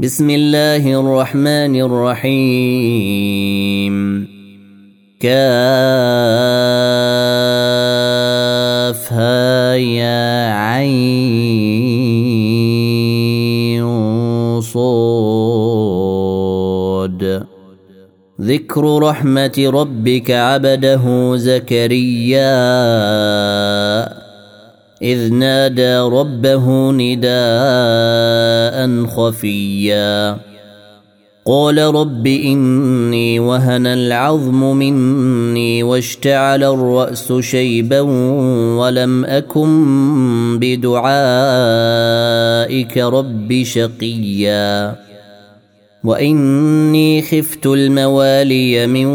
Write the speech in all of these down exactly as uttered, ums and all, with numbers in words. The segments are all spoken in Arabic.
بسم الله الرحمن الرحيم. كافها يا عين صاد. ذكر رحمة ربك عبده زكريا إذ نادى ربه نداء خفيا قال رب إني وهن العظم مني واشتعل الرأس شيبا ولم أكن بدعائك رب شقيا وإني خفت الموالي من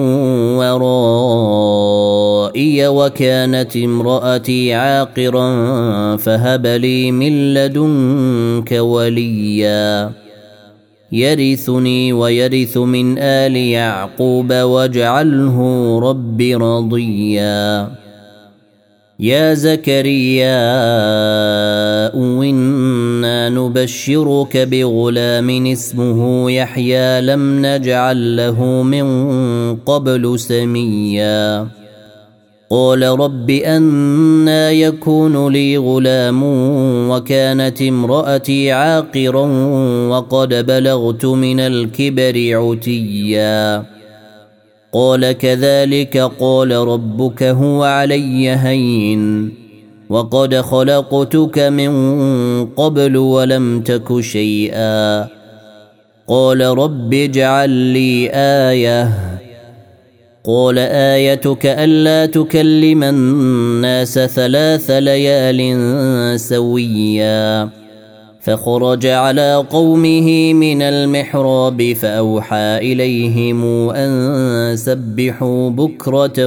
ورائي وكانت امرأتي عاقرا فهب لي من لدنك وليا يرثني ويرث من آل يعقوب واجعله رب رضيا. يا زكريا إنا نبشرك بغلام اسمه يحيى لم نجعل له من قبل سميا قال رب أنى يكون لي غلام وكانت امرأتي عاقرا وقد بلغت من الكبر عتيا قال كذلك قال ربك هو علي هين وقد خلقتك من قبل ولم تك شيئا قال رب اجعل لي آية قال آيتك ألا تكلم الناس ثلاث ليال سويا فخرج على قومه من المحراب فأوحى إليهم أن سبحوا بكرة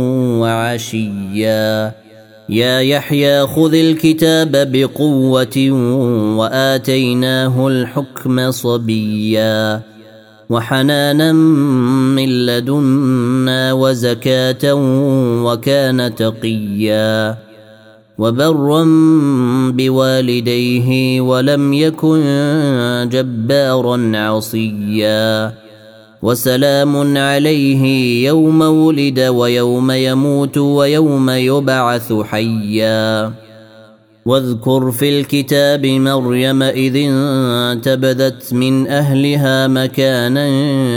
وعشيا يا يحيى خذ الكتاب بقوة وآتيناه الحكم صبيا وحنانا من لدنا وزكاة وكان تقيا وبرا بوالديه ولم يكن جبارا عصيا وسلام عليه يوم ولد ويوم يموت ويوم يبعث حيا واذكر في الكتاب مريم إذ انتبذت من أهلها مكانا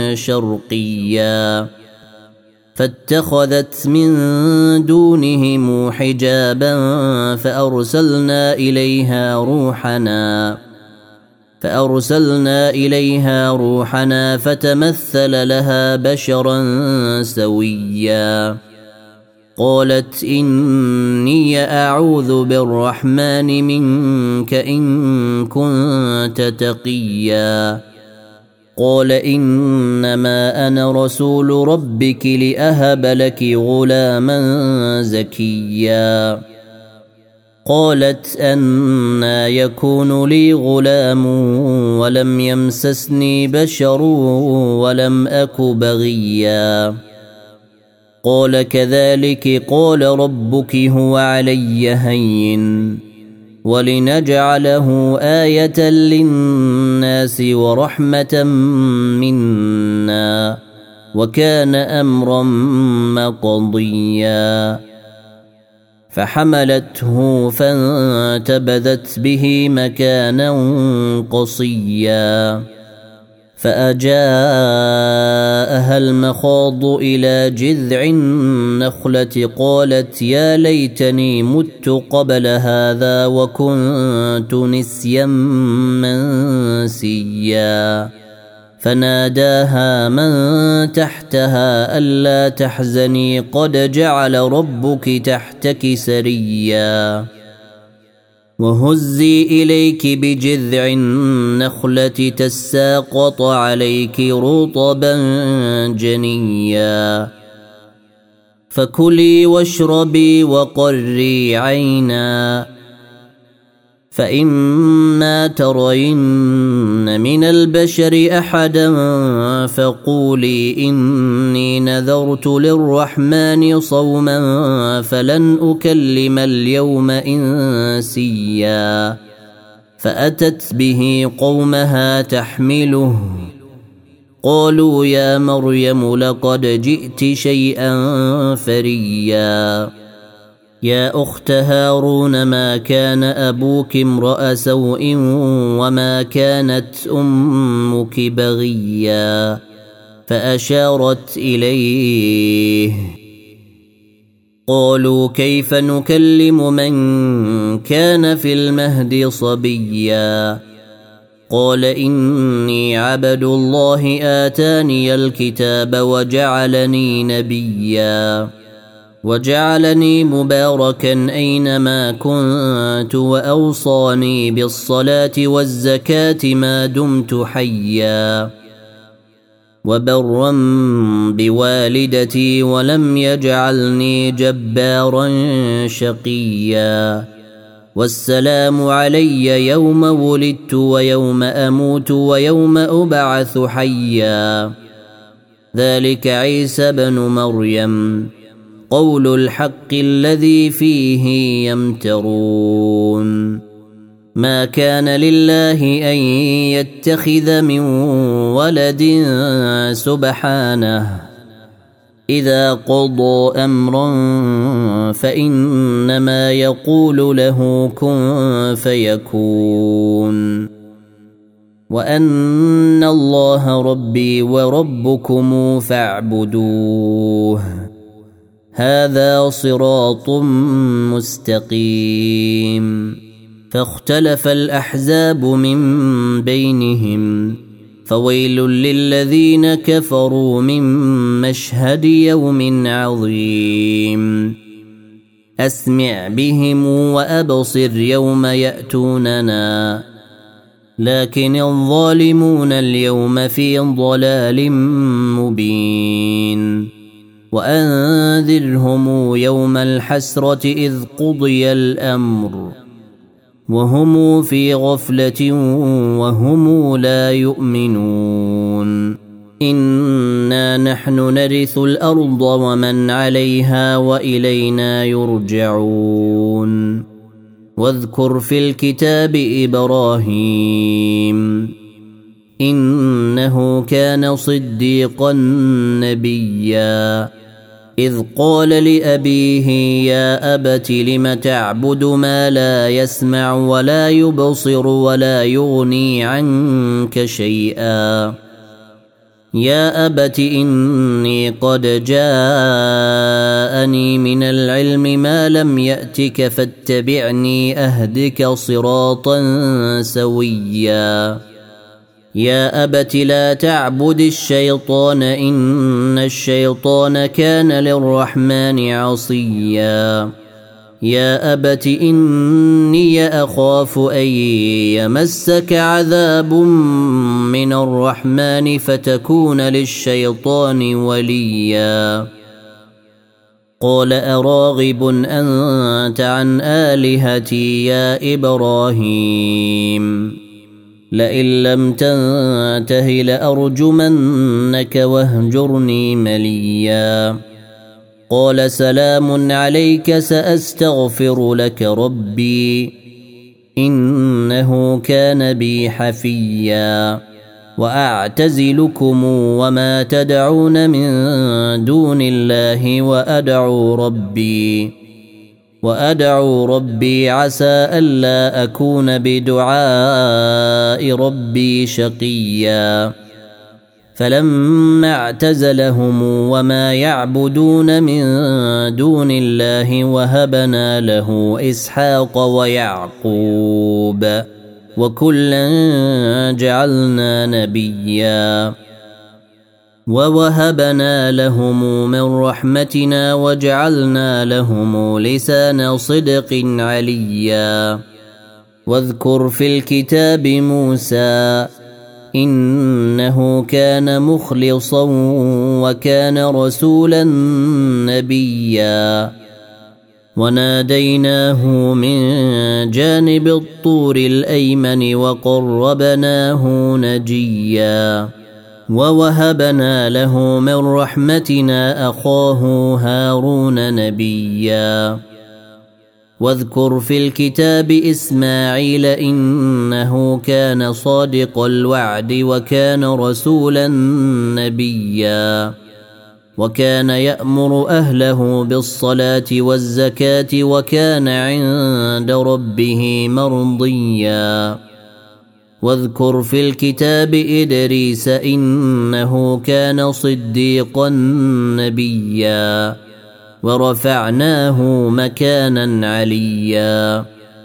شرقيا فاتخذت من دونهم حجابا فأرسلنا إليها روحنا فأرسلنا إليها روحنا فتمثل لها بشرا سويا قالت إني أعوذ بالرحمن منك إن كنت تقيا قال إنما أنا رسول ربك لأهب لك غلاما زكيا قالت أنى يكون لي غلام ولم يمسسني بشر ولم أك بغيا قال كذلك قال ربك هو علي هين ولنجعله آية للناس ورحمة منا وكان أمرا مقضيا فحملته فانتبذت به مكانا قصيا فأجاءها المخاض إلى جذع النخلة قالت يا ليتني مت قبل هذا وكنت نسيا منسيا فناداها من تحتها ألا تحزني قد جعل ربك تحتك سريا وهزي إليك بجذع النخلة تساقط عليك رطبا جنيا فكلي واشربي وقري عينا فإما ترين من البشر أحدا فقولي إني نذرت للرحمن صوما فلن أكلم اليوم إنسيا فأتت به قومها تحمله قالوا يا مريم لقد جئت شيئا فريا يا أخت هارون ما كان أبوك امرأ سوء وما كانت أمك بغيا فأشارت إليه قالوا كيف نكلم من كان في المهد صبيا قال إني عبد الله آتاني الكتاب وجعلني نبيا وجعلني مباركا أينما كنت وأوصاني بالصلاة والزكاة ما دمت حيا وبرا بوالدتي ولم يجعلني جبارا شقيا والسلام علي يوم ولدت ويوم أموت ويوم أبعث حيا ذلك عيسى بن مريم قول الحق الذي فيه يمترون ما كان لله أن يتخذ من ولد سبحانه إذا قضى أمرا فإنما يقول له كن فيكون وأن الله ربي وربكم فاعبدوه هذا صراط مستقيم فاختلف الأحزاب من بينهم فويل للذين كفروا من مشهد يوم عظيم أسمع بهم وأبصر يوم يأتوننا لكن الظالمون اليوم في ضلال مبين وأنذرهم يوم الحسرة إذ قضي الأمر وهم في غفلة وهم لا يؤمنون إنا نحن نرث الأرض ومن عليها وإلينا يرجعون واذكر في الكتاب إبراهيم إنه كان صديقا نبيا إذ قال لأبيه يا أبت لم تعبد ما لا يسمع ولا يبصر ولا يغني عنك شيئا يا أبت إني قد جاءني من العلم ما لم يأتك فاتبعني أهدك صراطا سويا يا أبت لا تعبد الشيطان إن الشيطان كان للرحمن عصيا يا أبت إني أخاف أن يمسك عذاب من الرحمن فتكون للشيطان وليا قال أراغب أنت عن آلهتي يا إبراهيم لئن لم تنته لأرجمنك واهجرني مليا قال سلام عليك سأستغفر لك ربي إنه كان بي حفيا وأعتزلكم وما تدعون من دون الله وأدعو ربي وأدعو ربي عسى ألا أكون بدعاء ربي شقيا فلما اعتزلهم وما يعبدون من دون الله وهبنا له إسحاق ويعقوب وكلا جعلنا نبيا ووهبنا لهم من رحمتنا وجعلنا لهم لسان صدق عليا واذكر في الكتاب موسى إنه كان مخلصا وكان رسولا نبيا وناديناه من جانب الطور الأيمن وقربناه نجيا ووهبنا له من رحمتنا أخاه هارون نبيا واذكر في الكتاب إسماعيل إنه كان صادق الوعد وكان رسولا نبيا وكان يأمر أهله بالصلاة والزكاة وكان عند ربه مرضيا واذكر في الكتاب إدريس إنه كان صديقا نبيا ورفعناه مكانا عليا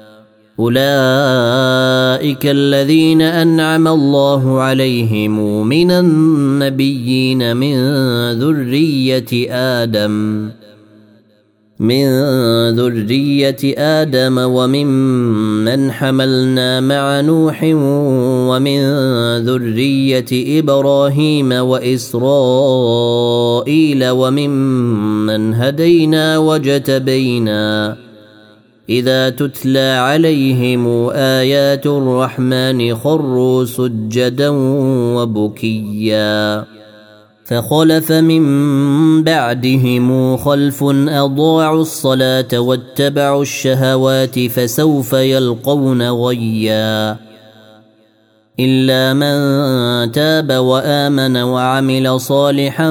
أولئك الذين أنعم الله عليهم من النبيين من ذرية آدم من ذرية آدم وممن حملنا مع نوح ومن ذرية إبراهيم وإسرائيل وممن هدينا وجتبينا إذا تتلى عليهم آيات الرحمن خروا سجدا وبكيا فخلف من بعدهم خلف أضاعوا الصلاة واتبعوا الشهوات فسوف يلقون غيا إلا من تاب وآمن وعمل صالحا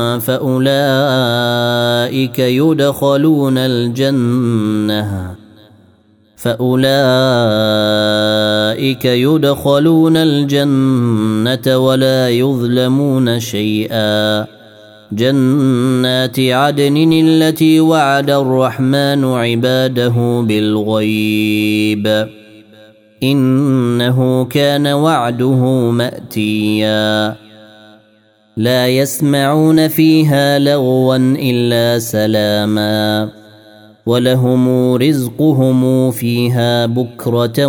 فأولئك يدخلون الجنة فأولئك يدخلون الجنة ولا يظلمون شيئا جنات عدن التي وعد الرحمن عباده بالغيب إنه كان وعده مأتيا لا يسمعون فيها لغوا إلا سلاما ولهم رزقهم فيها بكرة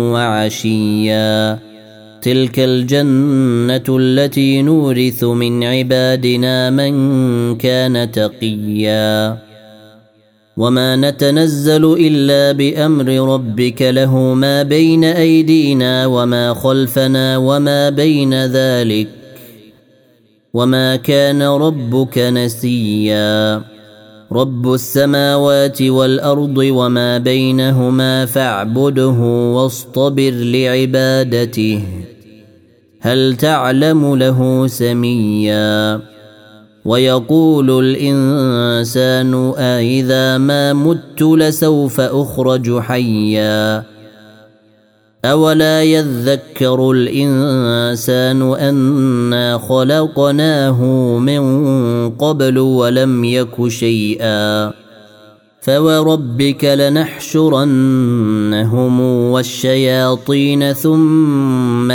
وعشيا تلك الجنة التي نورث من عبادنا من كان تقيا وما نتنزل إلا بأمر ربك له ما بين أيدينا وما خلفنا وما بين ذلك وما كان ربك نسيا رب السماوات والأرض وما بينهما فاعبده واصطبر لعبادته هل تعلم له سميا ويقول الإنسان أإذا ما مت لسوف أخرج حيا أولا يذكر الإنسان أنا خلقناه من قبل ولم يك شيئا فوربك لنحشرنهم والشياطين ثم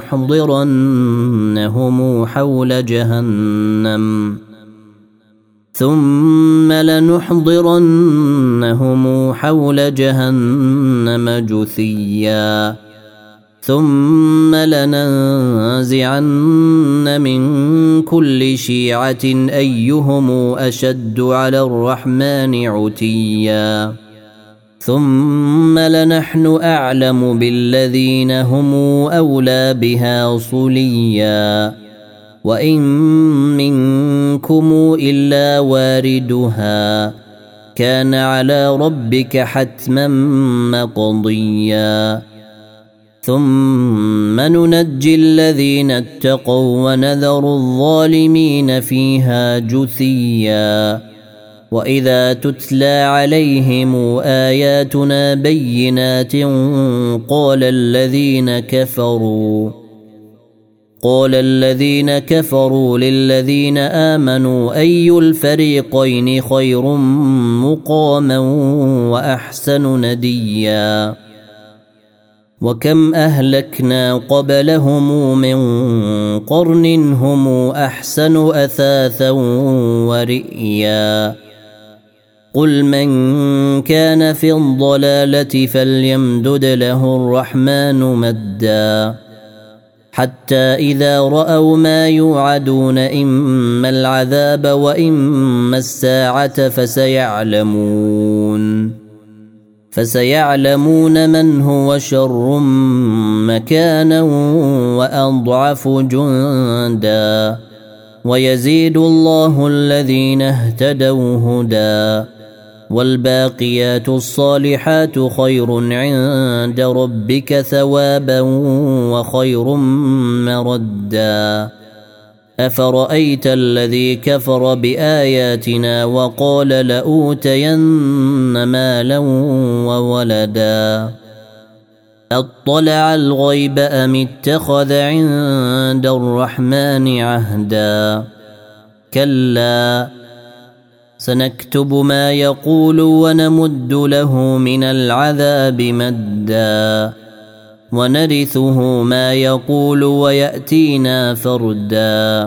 لنحضرنهم حول جهنم ثم لنحضرنهم حول جهنم جثيا ثم لننزعن من كل شيعة أيهم أشد على الرحمن عتيا ثم لنحن أعلم بالذين هم أولى بها صليا وإن منكم إلا واردها كان على ربك حتما مقضيا ثم ننجي الذين اتقوا ونذر الظالمين فيها جثيا وإذا تتلى عليهم آياتنا بينات قال الذين كفروا قال الذين كفروا للذين آمنوا أي الفريقين خير مقاما وأحسن نديا وكم أهلكنا قبلهم من قرن هم أحسن أثاثا ورئيا قل من كان في الضلالة فليمدد له الرحمن مدا حتى إذا رأوا ما يوعدون إما العذاب وإما الساعة فسيعلمون فسيعلمون من هو شر مكانا وأضعف جندا ويزيد الله الذين اهتدوا هدى والباقيات الصالحات خير عند ربك ثوابا وخير مردا أفرأيت الذي كفر بآياتنا وقال لأوتين مالا وولدا أطلع الغيب أم اتخذ عند الرحمن عهدا كلا سنكتب ما يقول ونمد له من العذاب مدا ونرثه ما يقول ويأتينا فردا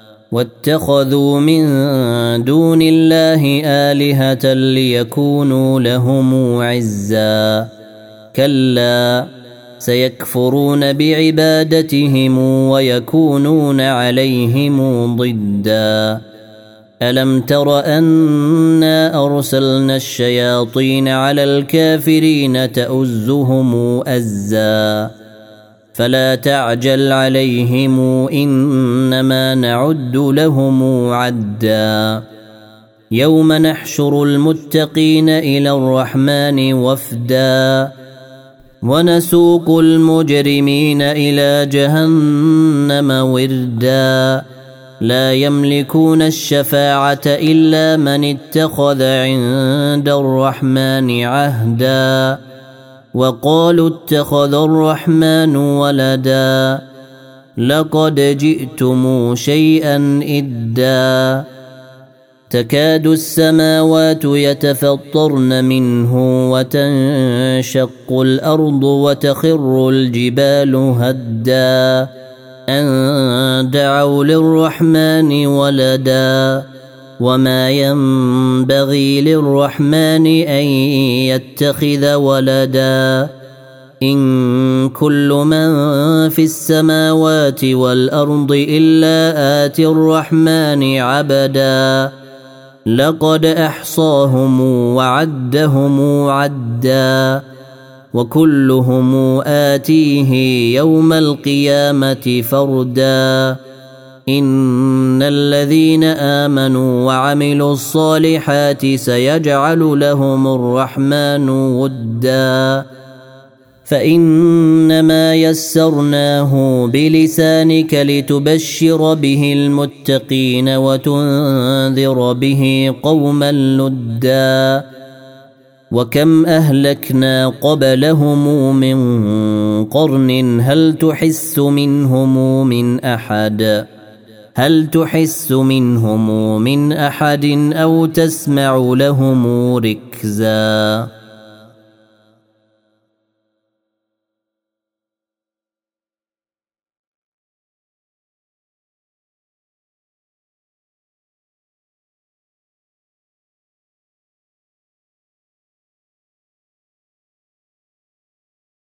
واتخذوا من دون الله آلهة ليكونوا لهم عزا كلا سيكفرون بعبادتهم ويكونون عليهم ضدا ألم تر أنا أرسلنا الشياطين على الكافرين تؤزهم أزا فلا تعجل عليهم إنما نعد لهم عدا يوم نحشر المتقين إلى الرحمن وفدا ونسوق المجرمين إلى جهنم وردا لا يملكون الشفاعة إلا من اتخذ عند الرحمن عهدا وقالوا اتخذ الرحمن ولدا لقد جئتم شيئا إدا تكاد السماوات يتفطرن منه وتنشق الأرض وتخر الجبال هدا أن دعوا للرحمن ولدا وما ينبغي للرحمن أن يتخذ ولدا إن كل من في السماوات والأرض إلا آتي الرحمن عبدا لقد أحصاهم وعدهم عدا وكلهم آتيه يوم القيامة فردا إن الذين آمنوا وعملوا الصالحات سيجعل لهم الرحمن ودا فإنما يسرناه بلسانك لتبشر به المتقين وتنذر به قوما لدا وكم أهلكنا قبلهم من قرن هل تحس منهم من أحد هل تحس منهم من أحد أو تسمع لهم ركزا